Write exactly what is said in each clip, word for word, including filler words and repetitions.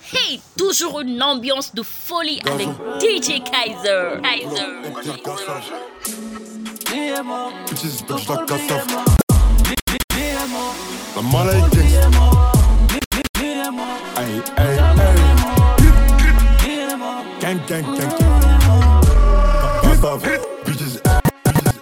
Hey, toujours une ambiance de folie avec D J Kaiser. Kaiser. Bitches, bitch, la cassave. La maladie gangsta. Ay, ay, ay. Gang, gang, gang, gang. Cassave. Bitches, bitches.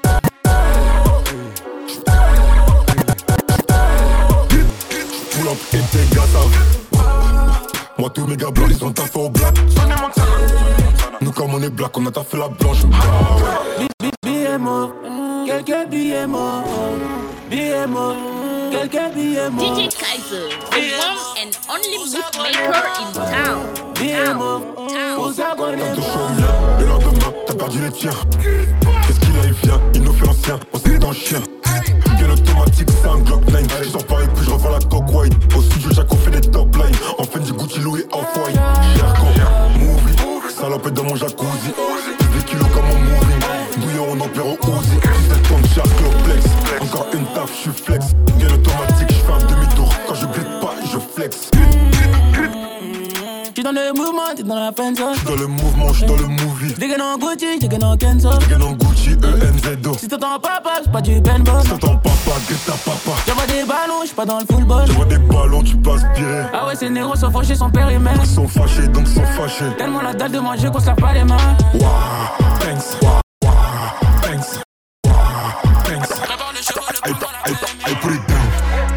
Pull up et t'es cassave. Moi tous mes gars blancs ils ont taffé au black. Nous comme on est black on a taffé la blanche. Billets morts, quelques billets morts. Billets morts, quelques billets morts. D J Kaiser, the one and only bookmaker in town. Billets morts, pour ça qu'on est T'as deux choix au mien, le lendemain t'as perdu les tiens. Qu'est-ce qu'il a, il vient, il nous fait l'ancien, on c'est un chien. Bien automatique, c'est un Glock neuf. Je sors Paris puis je revends la coke white. Au studio chaque on fait des top lines. On fait du Gucci Louis Off-White. Cherco, movie, salope dans mon jacuzzi. Des kilos comme un moving. Bouillon on opère au Uzi. dix-sept tonnes Sharkoplex. Encore une taf, je suis flex. Bien automatique, je fais un demi-tour. Quand je glisse pas, je flex. J'suis dans le mouvement, t'es dans la peine. J'suis dans le mouvement, j'suis dans le movie. T'es dans Gucci, t'es dans Kenzo. T'es dans Gucci, E N Z O. Si t'entends papa, c'est pas du Ben Bob. Si t'entends papa, get ta papa. J'envoie des ballons, j'suis pas dans le football. J'envoie des ballons, tu peux aspirer. Ah ouais, ces négros sont fâchés, son père et mère. Ils sont fâchés, donc sont fâchés. Tellement la dalle de manger qu'on se lave pas les mains. Wouah, thanks, wouah, wouah, thanks, wouah, thanks. I, I, I put it down.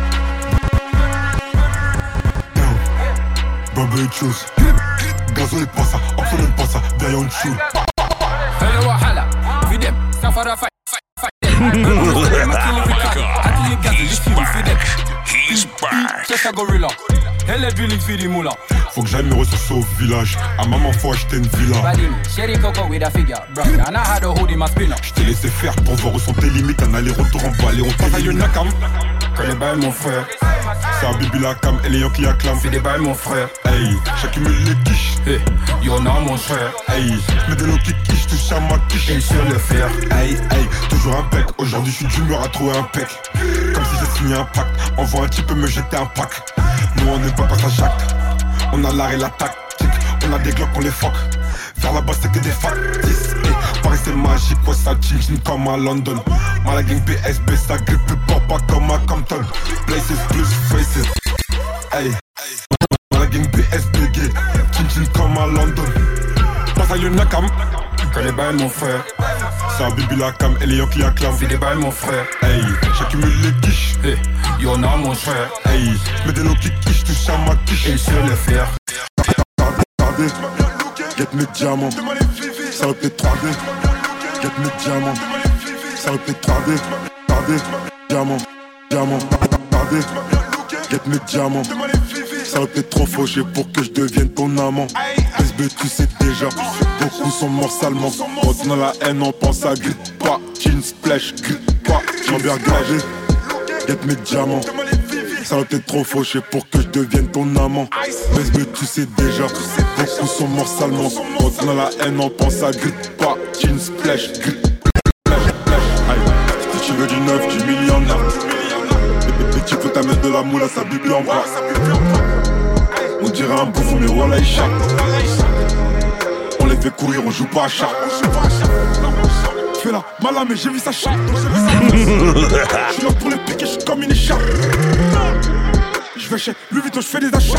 Down. Baba et chose. Gazo et pas ça, absolument pas ça. Derrière une choule. Hello, wahala. Feed them. Safara fight, fight, fight them. He's back. Just a gorilla. Hella drilling for the mullah. Faut que j'aille me ressourcer au village. À maman, faut acheter une villa. Badim, Sherry Coco with a figure, bro. And I had a hood in my spinner. J't'ai laissé faire pour voir où sont tes limites. Un aller-retour en balai, on passe à Yonakam. Connais pas mon frère. C'est un bibi la cam et les gens qui acclament. Fais des bails mon frère. Hey, chacun me les quiche. Hey, y'en a mon frère. Hey, j'mets de l'eau qui quiche, touche à ma quiche. Et sur le fer. Hey, hey, toujours un bec. Aujourd'hui, je suis d'humeur à trouver un pec. Comme si j'ai signé un pacte. Envoie un type me jeter un pack. Nous, on n'est pas pas à Jacques. On a l'art et la tactique. On a des glocks, on les fuck. Vers là-bas, c'est que des factices. Hey, Paris, c'est magique. Ouais, ça chin comme à London. Mal gang P S B, ça grippe pas pas comme à Compton. Places plus faces. Hey, mal gang P S B gay. Chin chin comme à London. Passe à Yonakam. Connais pas mon frère. C'est un bibi la cam et les gens qui acclament. Fais des bails mon frère. Hey, chacun me les quiche. Hey, y'en a mon frère. Hey, j'mets de l'eau qui quiche, touche à ma quiche. Et sur le fer. Regardez, get mes diamants. Ça aurait été trois D. Get mes diamants. Ça aurait été trois D. Regardez, diamants, diamants. Regardez, get mes diamants. Ça aurait été trop fauché pour que je devienne ton amant. S B tu sais déjà, beaucoup sont morts salement. Quand on a la haine on pense à grip pas. Jean splash, grip pas. J'en bien regardé, get mes diamants. Ça aurait été trop fauché pour que je devienne ton amant. S B tu sais déjà, beaucoup sont morts salement. Quand on a la haine on pense à grip pas. Jean splash, grip splash, splash. Si tu veux du neuf, du million neuf. Et tu peux t'amener de la moule à sa bible en bas. On dirait un bouffon mais voilà il chatte. On les fait courir, on joue pas à chat. Fais la mala mais j'ai vu sa chatte. J'suis là pour les piquer, j'suis comme une écharpe. J'vais chez Louis Vuitton, j'fais des achats.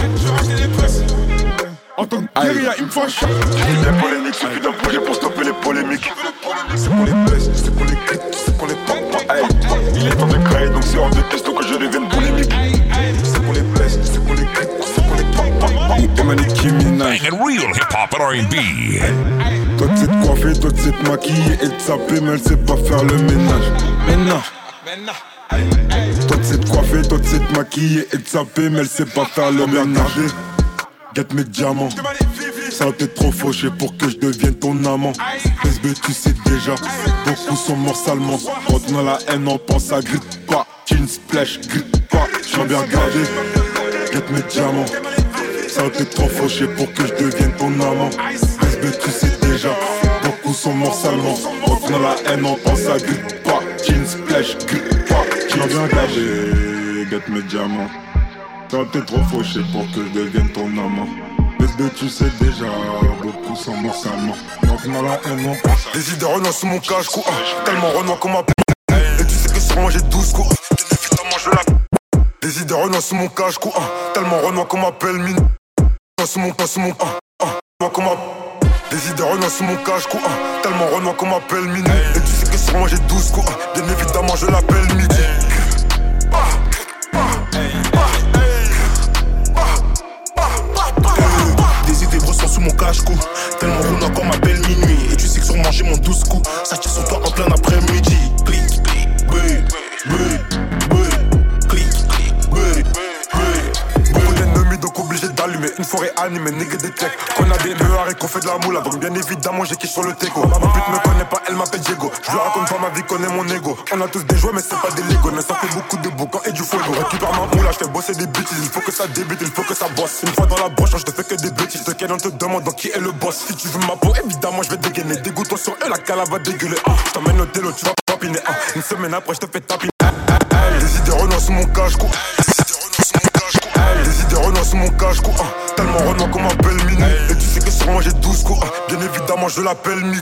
En tant que guérilla, il me faut un chat. Les polémiques, suffit d'un projet pour stopper les polémiques. C'est pour les baisses, c'est pour les clips, c'est pour les papas. Il est temps de créer, donc c'est hors de question que je devienne polémique. C'est pour les baisses, c'est pour les clips, c'est pour les papas. T'es Nicki Minaj. And real hip-hop and R and B. Toi tu sais te coiffer, toi tu sais te maquiller et te saper, mais elle sait pas faire le ménage. Ménage. Toi tu sais te coiffer, toi tu sais te maquiller et te saper, mais elle sait pas faire le ménage. Get mes diamants. Ça aurait été trop fauché pour que je devienne ton amant. S B tu sais déjà, beaucoup sont morts salement. Quand on a la haine on pense à grip pas. Jean splash, grip pas. J'en bien regardé, get mes diamants. Ça aurait été trop fauché pour que je devienne ton amant. S B tu sais déjà, beaucoup sont morts salement. Quand on a la haine on pense à grip pas. Jean splash, grip pas. J'en bien regardé, get mes diamants. Ça aurait été trop fauché pour que je devienne ton amant. S bébé, tu sais déjà, beaucoup sont morts salement. Donc on a la haine, on pense. Des idées renois sous mon cache-cou, tellement renois qu'on m'appelle. Et tu sais que sur moi j'ai douze coups, évidemment je la. Des idées renois sous mon cache-cou, tellement renois qu'on m'appelle mine. Sous mon sous mon moi qu'on m'appelle. Des idées renois sous mon cache-cou, tellement renois qu'on m'appelle mine. Et tu sais que sur moi j'ai douze coups, bien évidemment je l'appelle midi. Des idées brossant sous mon cache-cou, tellement renois qu'on m'appelle minuit. Et tu sais que sur moi j'ai mon douze coups, ça tire sur toi en plein après-midi. Clic, clic, oui, oui, oui, clic, clic, oui, oui. Beaucoup d'ennemis donc obligé d'allumer une forêt animée, nigga des tech. Qu'on a des meurs et qu'on fait de la moula, donc bien évidemment j'ai qui sur le teco. Ma pute me connaît pas, elle m'appelle Diego. Je lui raconte pas ma vie, connaît mon ego. On a tous des jouets mais c'est pas des Lego. Ne ça fait beaucoup de boucans et du fuego. Récupère ma moula, je fais bosser des bêtises. Il faut que ça débute, il faut que ça bosse. Une fois dans la broche, je te fais que des bêtises. De quel on te demande donc qui est le boss. Si tu veux ma peau, évidemment je vais dégainer. Dégoûte-toi sur eux, la cala va dégueuler. Ah, je t'emmène au télo, tu vas papiner. Ah, une semaine après je te fais tapiner. Des idées renois sous mon cache-cou. Des idées renois sous mon cache-cou, ah, tellement renois qu'on m'appelle mini. Et tu sais que sur moi j'ai douze coups, ah, bien évidemment je l'appelle midi.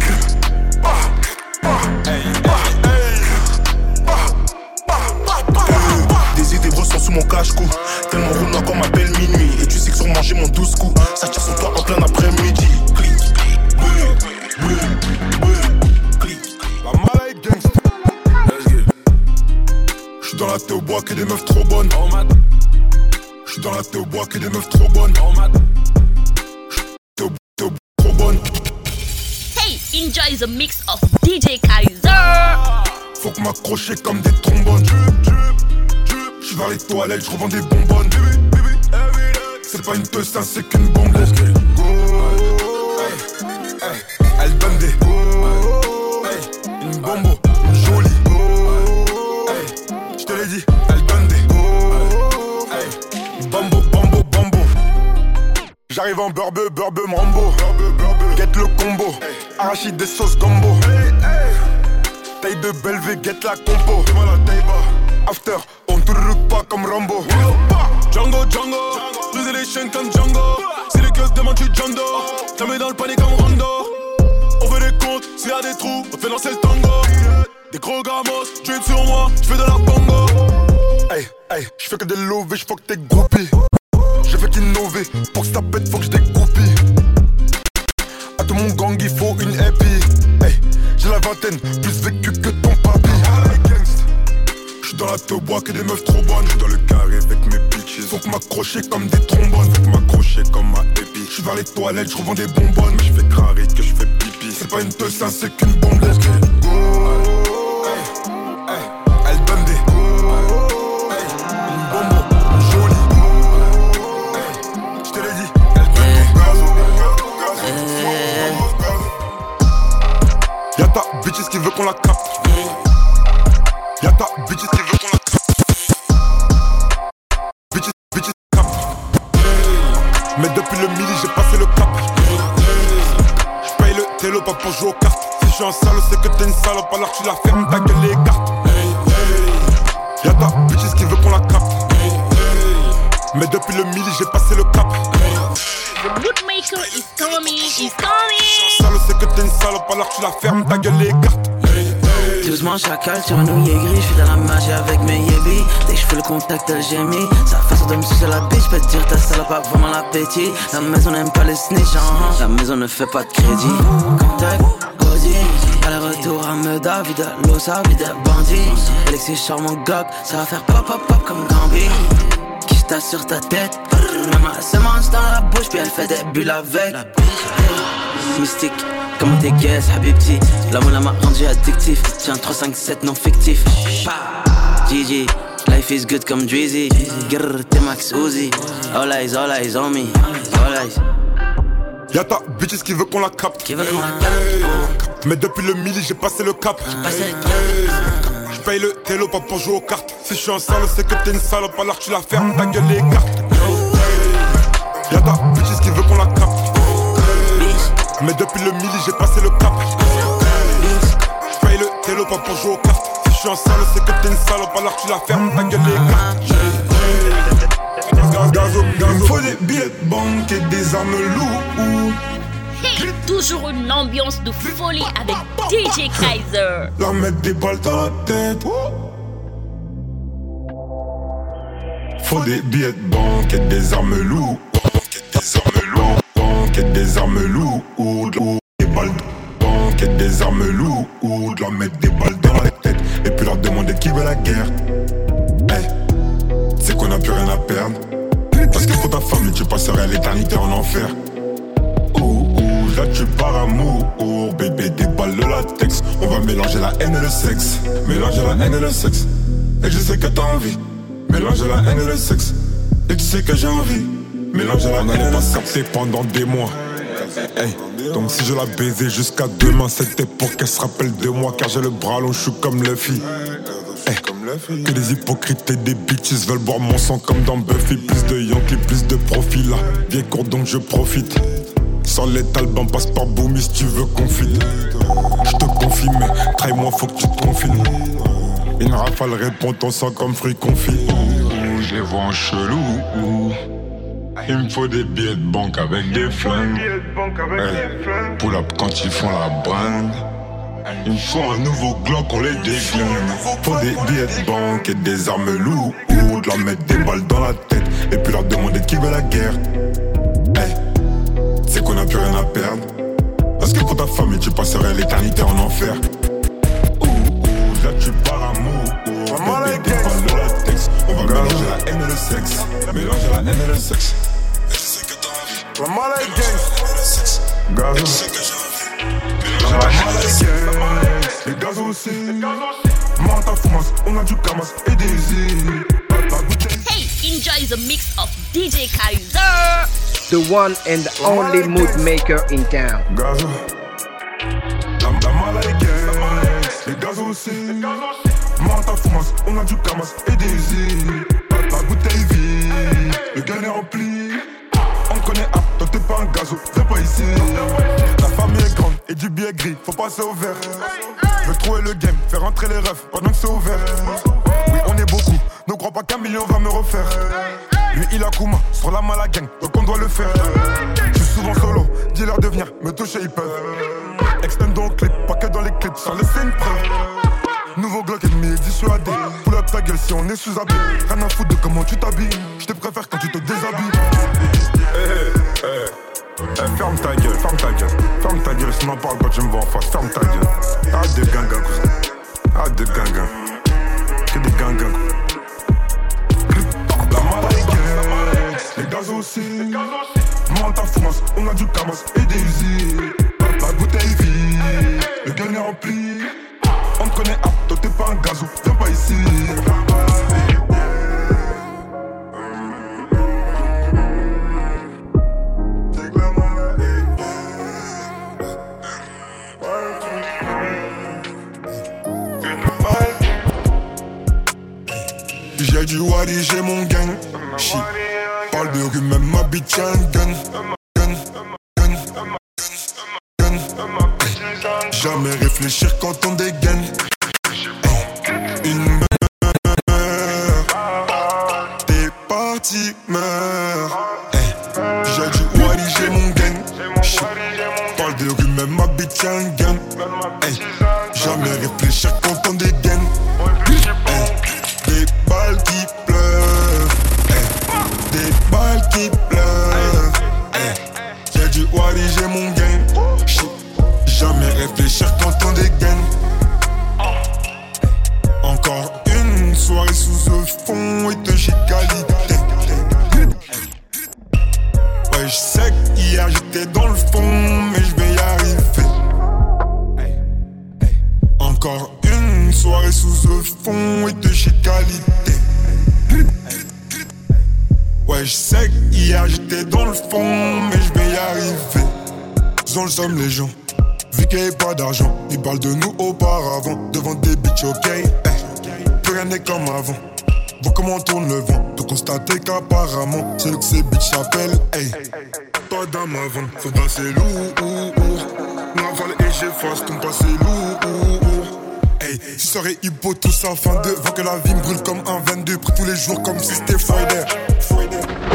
Des idées brossant sous mon cache-cou, tellement renois qu'on m'appelle minuit. Et tu sais que sur moi j'ai mon douze coups, ça tire sur toi en plein après-midi. Clic, clic, oui, oui, oui, clic. La malade gangsta. J'suis dans la thé au bois que des meufs trop bonnes. J'suis dans la thé au bois que des meufs trop bonnes. Thé au bois trop bonnes. Hey, enjoy the mix of D J Kaiser. Faut que m'accrocher comme des trombones. J'suis vers les toilettes, j'revends des bonbonnes. C'est pas une teuse, c'est qu'une bombe. Let's get it. Hey, hey, elle donne des hey, une bombo, une jolie. Hey, j'te l'ai dit, elle donne des hey, bambo, bambo, bambo. J'arrive en burbe, burbe, rambo. Get le combo, arachide des sauces gombo. Taille de Belvé, get la compo. After, on te route pas comme Rambo. Django, Django, briser les chaînes comme Django. Si les keufs demandent, tu Django. T'as mis dans le panier comme Rondo. On veut des comptes, s'il y a des trous, on te fait lancer le tango. Des gros gamos, tu es sur moi, j'fais de la bongo. Hey, hey, j'fais que des lovés, j'fuck tes groupies. J'ai fait qu'innover, pour que ça pète, faut que j'dégoupille. À tout mon gang, il faut une happy. Hey, j'ai la vingtaine, plus vécu que ton papi. J'suis dans la thé au bois que des meufs trop bonnes. J'suis dans le carré avec mes bitches. Faut que m'accrocher comme des trombones. Faut que m'accrocher comme ma épi. J'suis vers les toilettes, j'revends des bonbonnes. Mais j'fais crarite que j'fais pipi. C'est pas une teuse, ça c'est qu'une bombe. Let's get it. Hey, hey, elle donne des hey, une bombo, une jolie. Hey, j'te l'ai dit, elle donne des Y'a ta bitches qui veut qu'on la capte. Y'a ta bitches qui veut qu'on la capte. Bitches, bitches capte. Mais depuis le midi j'ai passé le cap. J'paye le télo pas pour jouer aux cartes. Si j'suis un sale c'est que t'es une salope, alors tu la fermes, ta gueule les cartes. Y'a ta bitches qui veut qu'on la capte. Mais depuis le midi j'ai passé le cap. The bootmaker is coming, is coming. Sale c'est que t'es une salope, alors tu la fermes, ta gueule les cartes. Doucement chacal sur un nouillet gris, j'suis dans la magie avec mes yébis. Dès que j'fais le contact elle gémit. Sa façon de me sucer la bitch, j'peux te dire ta salope a vraiment l'appétit. La maison n'aime pas les snitch, uh-huh. La maison ne fait pas de crédit. Contact, Audi, aller-retour à Meda, vide l'osa, vide bandit. Alexis charmant gog, ça va faire pop pop pop comme Gambi. Qui j'tasse sur ta tête, maman se mange dans la bouche puis elle fait des bulles avec. Mystique, comment t'es guess, habibti. L'amour m'a rendu addictif. Tiens, trois, cinq, sept, non fictif. G G, life is good comme Drizzy. Grrr, t'es Max Uzi. All eyes, all eyes on me. All eyes. Y'a ta bitches qui veut qu'on la capte. Qui veut qu'on la capte. Mais depuis le midi j'ai passé le cap. J'paye le télo pas pour jouer aux cartes. Si j'suis un sale c'est que t'es une salope, alors tu la fermes, ta gueule les cartes. Y'a ta bitches qui veut qu'on la capte. Mais depuis le midi j'ai passé le cap. J'paye le télo pas pour jouer aux cartes. Si j'suis un sale c'est que t'es une salope, alors tu la fermes, ta gueule les cartes. Gaz, gazo, gazo. Faut des billets de banque et des armes lourdes. Hey, toujours une ambiance de folie avec D J Kaiser. La mettre des balles dans la tête. Faut des billets de banque et des armes lourdes. Des armes lourdes. Banque et des armes lourdes. Des balles de banque et des armes lourdes. Leur mettre des balles dans la tête. Et puis leur demander qui veut la guerre. Hey, c'est qu'on a plus rien à perdre. Parce que pour ta famille tu passerais l'éternité en enfer. Ouh, ouh, là tu pars amour. Oh, bébé, des balles de latex. On va mélanger la haine et le sexe. Mélanger la haine et le sexe. Et je sais que t'as envie. Mélanger la haine et le sexe. Et tu sais que j'ai envie. Mélanger la haine et le sexe. Pendant des mois. Hey, donc si je la baisais jusqu'à demain, c'était pour qu'elle se rappelle de moi. Car j'ai le bras long, je suis comme Luffy. Hey, que les hypocrites et des bitches veulent boire mon sang comme dans Buffy. Plus de Yankee, plus de profil là. Viens court donc je profite. Sans les talbans, passe par Boomy si tu veux qu'on file. Je te confie mais trahis-moi faut que tu te confies. Une rafale répond ton sang comme fruit confit. Je les vois en chelou. Il me faut des billets de banque avec des flingues. Hey, pull up quand ils font la bringue. Il me faut un nouveau Glock, on les déglingue. Faut des billets de banque et des armes lourdes. Leur mettre des balles dans la tête. Et puis leur demander qui veut la guerre. Hey, c'est qu'on a plus rien à perdre. Parce que pour ta famille tu passerais l'éternité en enfer. Ouh, ouh, là tu pars amour. Bébé, des balles de latex. On va mélanger la haine et le sexe. Mélanger la haine et le sexe. Et je sais que t'as envie. La malade gang. Gazo. La malade gang. Les gaz aussi. Manta fumas. On a du camas et des îles. Hey, enjoy the mix of D J Kaiser. The one and only mood maker in town. Gazo. La malade gang. Les gaz aussi. Manta fumas. On a du camas et des îles. La bouteille vide. Le gain est rempli. On connaît ah, toi t'es pas un gazo, viens pas ici. La famille est grande et du billet gris, faut passer au vert. Veux trouver le game, faire rentrer les refs pendant que c'est ouvert. Oui on est beaucoup, ne crois pas qu'un million va me refaire. Lui il a Kuma, sur la mala gang, donc on doit le faire. Je suis souvent solo, dis-leur de venir, me toucher ils peuvent. Extend dans le clip, pas que dans les clips, sans laisser une preuve. Nouveau Glock ennemi dissuadé. Pull up ta gueule si on est sous-habillé. Rien à foutre de comment tu t'habilles. Je te préfère quand tu te déshabilles. Eh hey, hey, hey, ferme ta gueule, ferme ta gueule. Ferme ta gueule, sinon parle quand tu me vois en face. Ferme ta gueule. Arrête de ganga, cousin. Arrête de ganga. Que des ganga. La malade gang. Les gaz aussi. Manta fumas, on a du camas et des îles. La bouteille vide. Le gain est rempli. On te connaît, ah, toi t'es pas un gazou, viens pas ici. J'ai du wadi, j'ai mon gang. Shit. Parle de rue, même ma bitch a un gun. Gun, gun, gun, gun. Jamais réfléchir quand on dégaine. Hey. Une meurt. T'es parti, meurs. Hey. J'ai du wadi, j'ai mon gang. Shit. Parle de rue, même ma bitch a un gun. Hey. Jamais réfléchir quand on dégaine. Hey. Des balles qui pleuvent. Hey. Des balles qui pleuvent. Hey. J'ai du wadi, j'ai mon gang. Shit. Jamais réfléchir quand on dégaine. Encore une soirée sous le fond et de gigalité. Ouais, je sais qu'hier j'étais dans le fond, mais je vais y arriver. Encore une soirée sous le fond et de gigalité. Ouais, je sais qu'hier j'étais dans le fond, mais je vais y arriver. Ils ont le somme les gens. Vu qu'il n'y a pas d'argent, ils parlent de nous auparavant. Devant des bitches, ok, hey. Plus rien n'est comme avant. Vois comment on tourne le vent, de constater qu'apparemment c'est nous que ces bitches s'appellent, hey. Pas d'âme avant, faudra c'est lourd. N'avale et j'efface ton passé lourd. Hey, je serais hippo tout ça afin de voir que la vie me brûle comme un vingt-deux. Pris tous les jours comme si c'était Friday.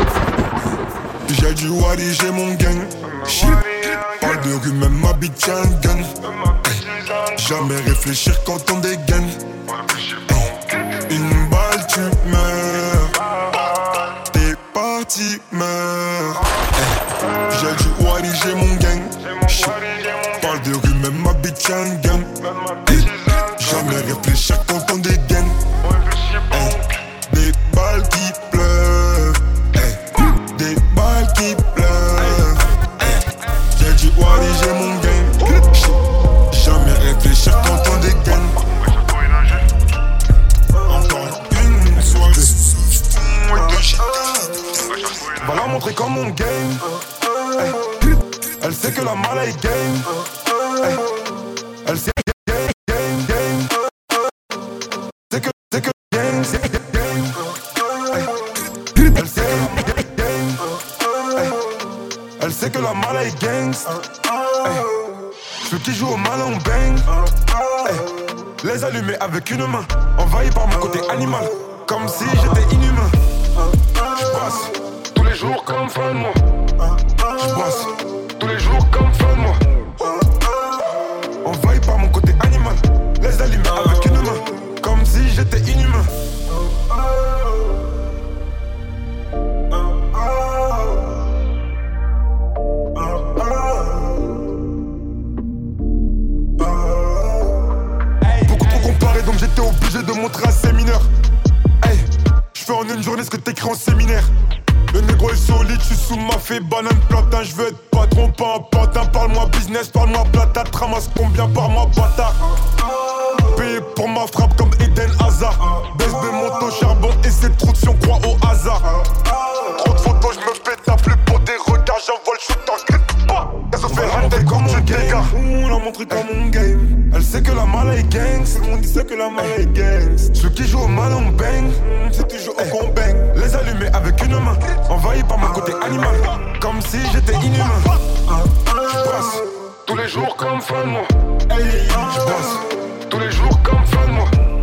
J'ai du wadi, j'ai mon gang. Shit. Parle de rue, même ma bitch a un gun. Hey. Jamais réfléchir quand on dégaine. Hey. Une balle, tu meurs. T'es parti, meurs. Hey. J'ai du wadi, j'ai mon gang. Shit. Parle de rue, même ma bitch a un gun. Hey. Jamais réfléchir quand on dégaine. Hey. Des balles qui pleurent. Hey. Des balles qui pleurent. Hey. J'ai du wadi, j'ai mon gang. Jamais réfléchir quand on dégaine. Encore une soirée. Va la montrer comme on game. Hey. Elle sait que la mala est game. Hey. Elle sait que game, game, game. C'est que, c'est que game, c'est que game. Hey. Elle sait que la game. Hey. Elle sait que la mala est gang. Hey. Ceux qui jouent au malin on bang. Hey. Les allumer avec une main. Envahi par mon côté animal. Comme si j'étais inhumain. J'passe tous les jours comme fin de mois. J'passe tous les jours comme fin de mois. Envahi par mon côté animal. Les allumer avec une main. Comme si j'étais inhumain. Beaucoup trop comparé donc j'étais obligé de montrer un séminaire. Hey, j'fais en une journée ce que t'écris en séminaire. Le négro est solide, j'suis sous ma fée, banane platin. J'veux être patron, pas un patin. Parle-moi business, parle-moi plata. Ramasse combien par mois, bâtard. Payé pour ma frappe comme Eden Hazard. Baisse de moto, charbon et c'est trop si on croit au hasard. Trop de photos, j'me pète la plus pour des regards. J'envoie le shoot en grip. Elle se fait rater comme mon gars. On l'a montré comme mon game. Elle sait que la mala est gang. Tout le monde dit que la mala est gang. Ceux qui jouent au mal on bang. C'est toujours au qu'on bang. Les allumer avec une main. Envahi par mon côté animal. Comme si j'étais inhumain. J'passe tous les jours comme fin de mois. J'passe tous les jours comme fin de mois.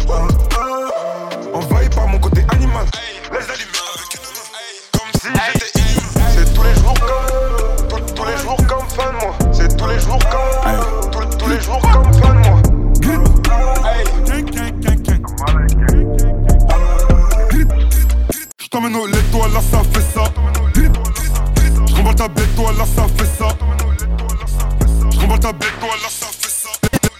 Envahi par mon côté animal. Les allumer avec une main. Comme si j'étais inhumain. C'est tous les jours comme tous, tous les jours comme fin de mois. C'est tous les jours comme tous, tous les jours comme fin de mois. J't'emmène au lait, toi là ça fait ça. J'remballe ta bête, toi là ça fait ça. J'remballe ta bête, toi là ça fait ça.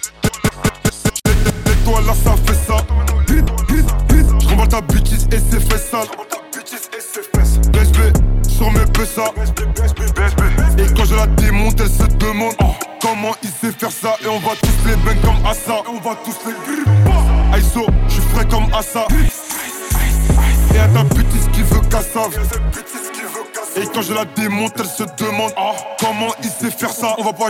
Toi là ça fait ça. J'remballe ta bitches et c'est fait sale. B S B sur mes pessas. Et quand je la démonte, elle se demande oh, comment il sait faire ça. Et on va tous les bang comme Assa. Et on va tous les Aïsso, j'suis frais comme Assa. Et à ta bêtise qui veut qu'à savent. Et quand je la démonte, elle se demande oh, comment il sait faire ça. On va pas.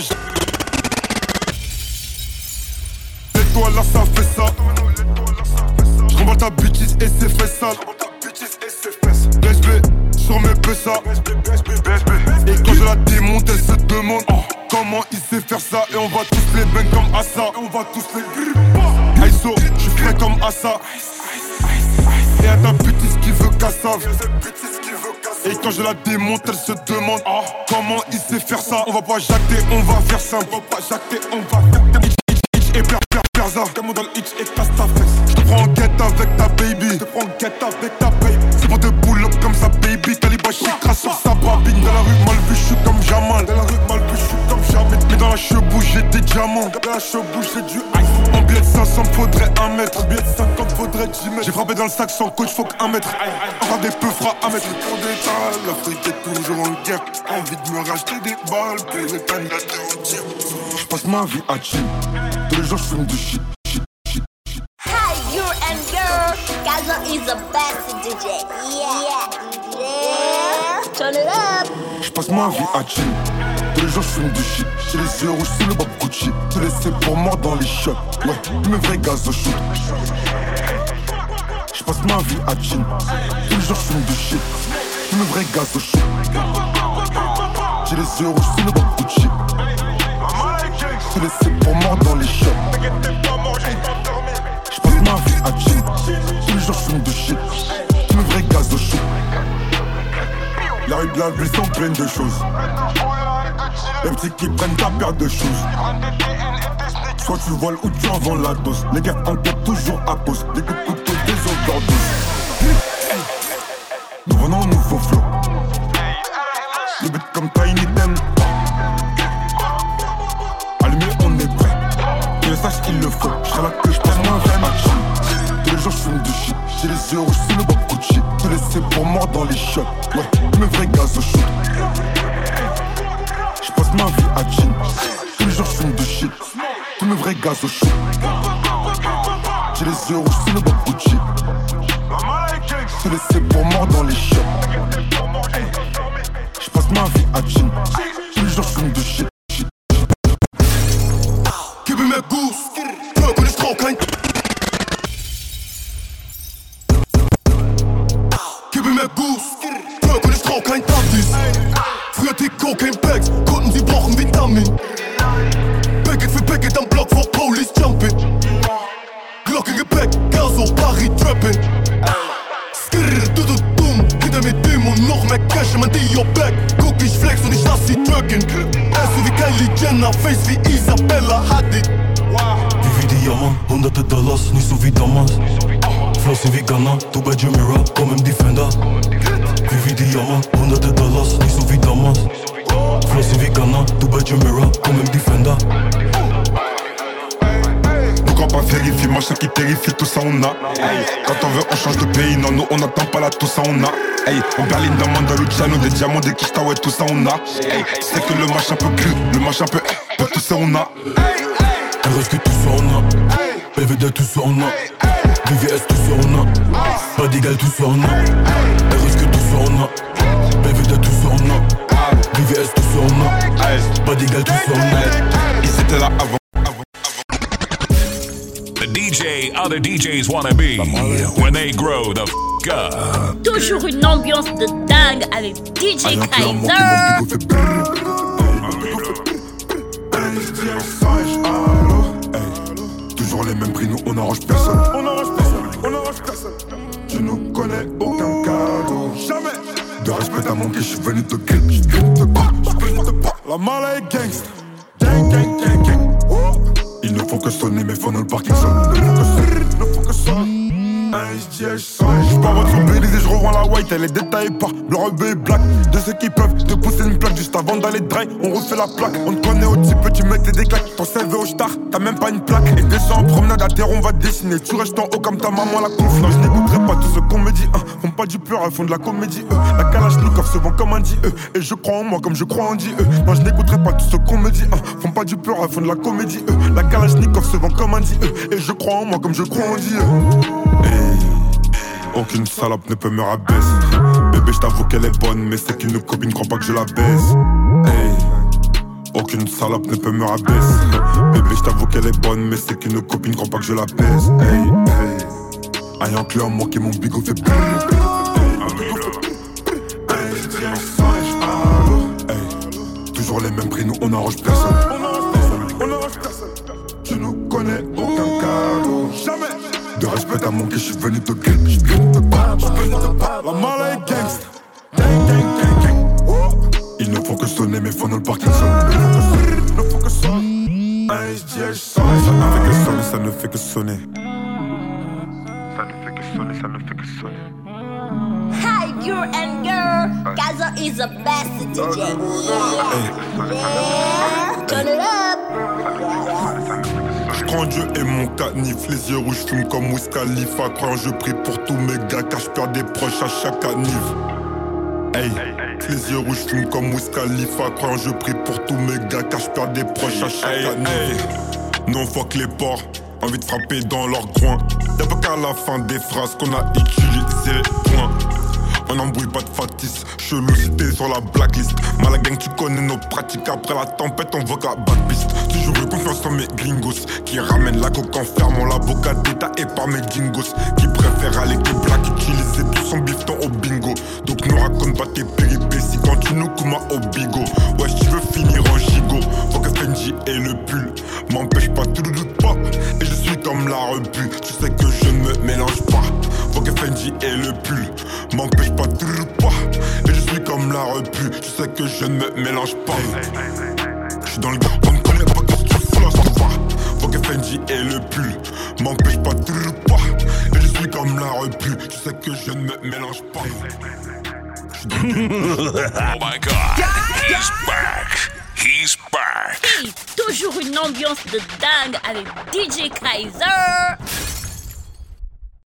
Et toi là ça fait ça. J'remballe ta bêtise et c'est fait sale. B S B sur mes pessas. Et quand je la démonte, elle se demande oh, comment il sait faire ça. Et on va tous les bang comme Assa. Et on va tous les Aïsso, j'suis frais comme Assa. Et à ta bêtise qui veut qu'à savent. Et quand je la démonte, elle se demande oh, comment il sait faire ça. On va pas jacter, on va faire simple. On va pas jacter, on va faire itch, itch, itch et per per perza. Comme dans le itch et casse ta fesse. J'te prends en guette avec ta baby. J'te prends en guette avec ta baby. C'est pour te pull up comme sa baby. Calibashi crasse sur sa babine. Dans la rue mal vu, j'suis comme Jamal. Dans la rue mal vu, j'suis comme Jamal. Mais dans la chebouche j'ai des diamants. Dans la chebouche j'ai du ice. En billet de cinq cents faudrait un mètre. En billet de cinquante faudrait dix mètres. J'ai frappé dans le sac sans coach, faut qu'un mètre. Encore des peu fera un mètre. Pour des tas, l'Afrique est toujours en guerre. Envie de me racheter des balles pour les candidateurs entiers. J'passe ma vie à chill. Tous les jours j'fume du shit. Hi, you and girl. Gazo is the best D J. Yeah, yeah. Turn it up. J'passe ma vie à chill. Tous les jours j'fume du shit. J'ai les yeux rouges sous le Bob Gucci. Te laisser pour mort dans les shots. Ouais, mes vrais gaz au shoot. J'passe ma vie à chill. Tous les jours j'fume du shit. Mes vrais gaz au shoot. J'ai les yeux rouges sous le Bob Gucci. Te laisser pour mort dans les shots. J'passe ma vie à chill. Tous les jours j'fume du shit. Mes vrais gaz au shoot. Les rues de la ville sont pleines de choses. Les petits qui prennent ta paire de choses. Soit tu voles ou tu en vends la dose. Les gars enquêtent toujours à cause des coups de couteau, des overdoses. Nous venons au nouveau flow. Les bêtes comme Tiny Ten. Allumé, on est prêt. Que le sache qu'il le faut. J'serai là que j'prenne un vrai match. Tous les jours j'fume du shit. J'ai les yeux rouges sous le bob Gucci. Te laisser pour mort dans les shots. Ouais, mes vrais gaz au shoot. J'passe ma vie à jean. Tous les jours j'fume du shit. Tous mes vrais gaz au shoot. J'ai les yeux rouges sous le bob Gucci. Te laisser pour mort dans les shots. J'passe ma vie à jean. Tous les jours j'fume du shit. Give me my goose. Plug on this cocaine. Give me my goose. Plug on this cocaine. Taftis. Früher die Cocaine Bags. Kunden, sie brauchen Vitamin. Packet für Packet am Block vor Police Jumping. Glocke Gepäck. Gaso, Paris Trapping. Skirr, du du dumm. Hinter mir Dim und noch mehr Cash in mein Dio-Bag. Guck, ich flex und ich lass sie drücken. Esse wie Kylie Jenner, Face wie Isabella Hadid. Wie wie Diamant, hunderte Dollars, nicht so wie damals. Flossen wie Ghana, du bei Jumeirah, komm im Defender. Wie wie Diamant, hunderte Dollars, nicht so wie damals. Flossen wie Ghana, du bei Jumeirah, komm im Defender. Quand pas vérifier, machin qui terrifie, tout ça on a. Hey. Quand on veut, on change de pays, non, nous on attend pas là, tout ça on a. Hey. On berline d'un monde à Luciano, des diamants, des quichtas, ouais, tout ça on a. Hey. C'est que le machin peut cru, le machin peut, peut tout ça on a. R S que tout ça on a. P V D tout ça on a. V V S tout ça on a. Pas d'égal tout ça on a. R S que tout ça on a. P V D tout ça on a. V V S tout ça on a. Pas d'égal tout ça on a. Ils étaient là avant. The D J other D Js wanna be when they grow the f*** up. Toujours une ambiance de dingue avec D J Kaiser. Toujours les mêmes prix, nous on n'arrange personne. On n'arrange personne, on n'arrange personne. Tu nous connais aucun cadeau. Jamais. De respect à mon gars, je suis venu te griller. Je suis venu te pas, je suis venu te pas. La mala est gangsta. Gang, gang, gang, gang. Ils ne font que sonner, mais font dans le Parkinson. Ne font que sonner, ne font que sonner. Je pars votre bêtise, je revends la white, elle est détaillée par blanc, rebeu et black. De ceux qui peuvent te pousser une plaque juste avant d'aller dry, on refait la plaque. On te connaît au type, tu mettais des claques. Ton C V au star, t'as même pas une plaque. Et descends en promenade à terre, on va dessiner. Tu restes en haut comme ta maman la conf. Non, je n'écouterai pas tout ce qu'on me dit. Hein. Font pas du pleur, elles font de la comédie. Euh. La Kalachnikov se vend comme un dit. Euh. Et je crois en moi comme je crois en dit. Euh. Non, je n'écouterai pas tout ce qu'on me dit. Hein. Font pas du pleur, elles font de la comédie. Euh. La Kalachnikov se vend comme un dit. Euh. Et je crois en moi comme je crois en dit. Euh. Hey. Aucune salope ne peut me rabaisser. Bébé, je t'avoue qu'elle est bonne, mais c'est qu'une copine croit pas que je la baise. Hey. Aucune salope ne peut me rabaisser. Bébé, je t'avoue qu'elle est bonne, mais c'est qu'une copine croit pas que je la baise. Hey, hey. Ayant clair, moi qui mon bigot fait brrr. Hey. Toujours les mêmes prix, nous on n'arrange personne. On n'arrange personne. Tu nous connais aucun cadeau. Jamais. De respect à mon gars, je suis venu te griller. Je suis venu te battre, je suis venu te battre. La mala est gangsta. Gang, gang, gang, gang. Ils ne font que sonner, mais font dans le Parkinson. Ils ne font que sonner. Ça ne fait que sonner, ça ne fait que sonner. Ça ne fait que sonner, ça ne fait que sonner. Hi, girl and girl. Kaiser is the best D J. Yeah. Yeah. Turn it up. Je crois en Dieu et mon canif. Les yeux rouges fument comme Wiz Khalifa. Croyant je prie pour tous mes gars, car je perds des proches à chaque anniv. Hey, les yeux rouges fument comme Wiz Khalifa. Croyant je prie pour tous mes gars, car je perds des proches à chaque anniv. Hey, non fuck les porcs, envie de frapper dans leur groin. Y'a pas qu'à la fin des phrases qu'on a utilisé, point. On n'embrouille pas de factice, chelou si t'es sur la blacklist. Malagang, tu connais nos pratiques, après la tempête on voit qu'à bad piste. Toujours eu confiance en mes gringos, qui ramènent la coque en fermant la boca d'état et par mes dingos. Qui préfèrent aller que black, utiliser tout son bifton au bingo. Donc ne raconte pas tes péripéties quand tu nous coumas au bigot. Ouais, tu veux finir en gigot, faut que Fendi ait le pull. M'empêche pas, tu ne doutes pas, et je suis comme la repu. Tu sais que je ne me mélange pas, faut Fuck Fendi et le pull m'empêche pas de pas. Et je suis comme la repu, tu sais que je ne me mélange pas. J'suis dans le gars, on me connaît pas que tu flosses, tu vois. Fuck Fendi et le pull m'empêche pas de pas. Et je suis comme la repu, tu sais que je ne me mélange pas. Oh my god, he's back, he's back. Hey, toujours une ambiance de dingue avec D J Kaiser.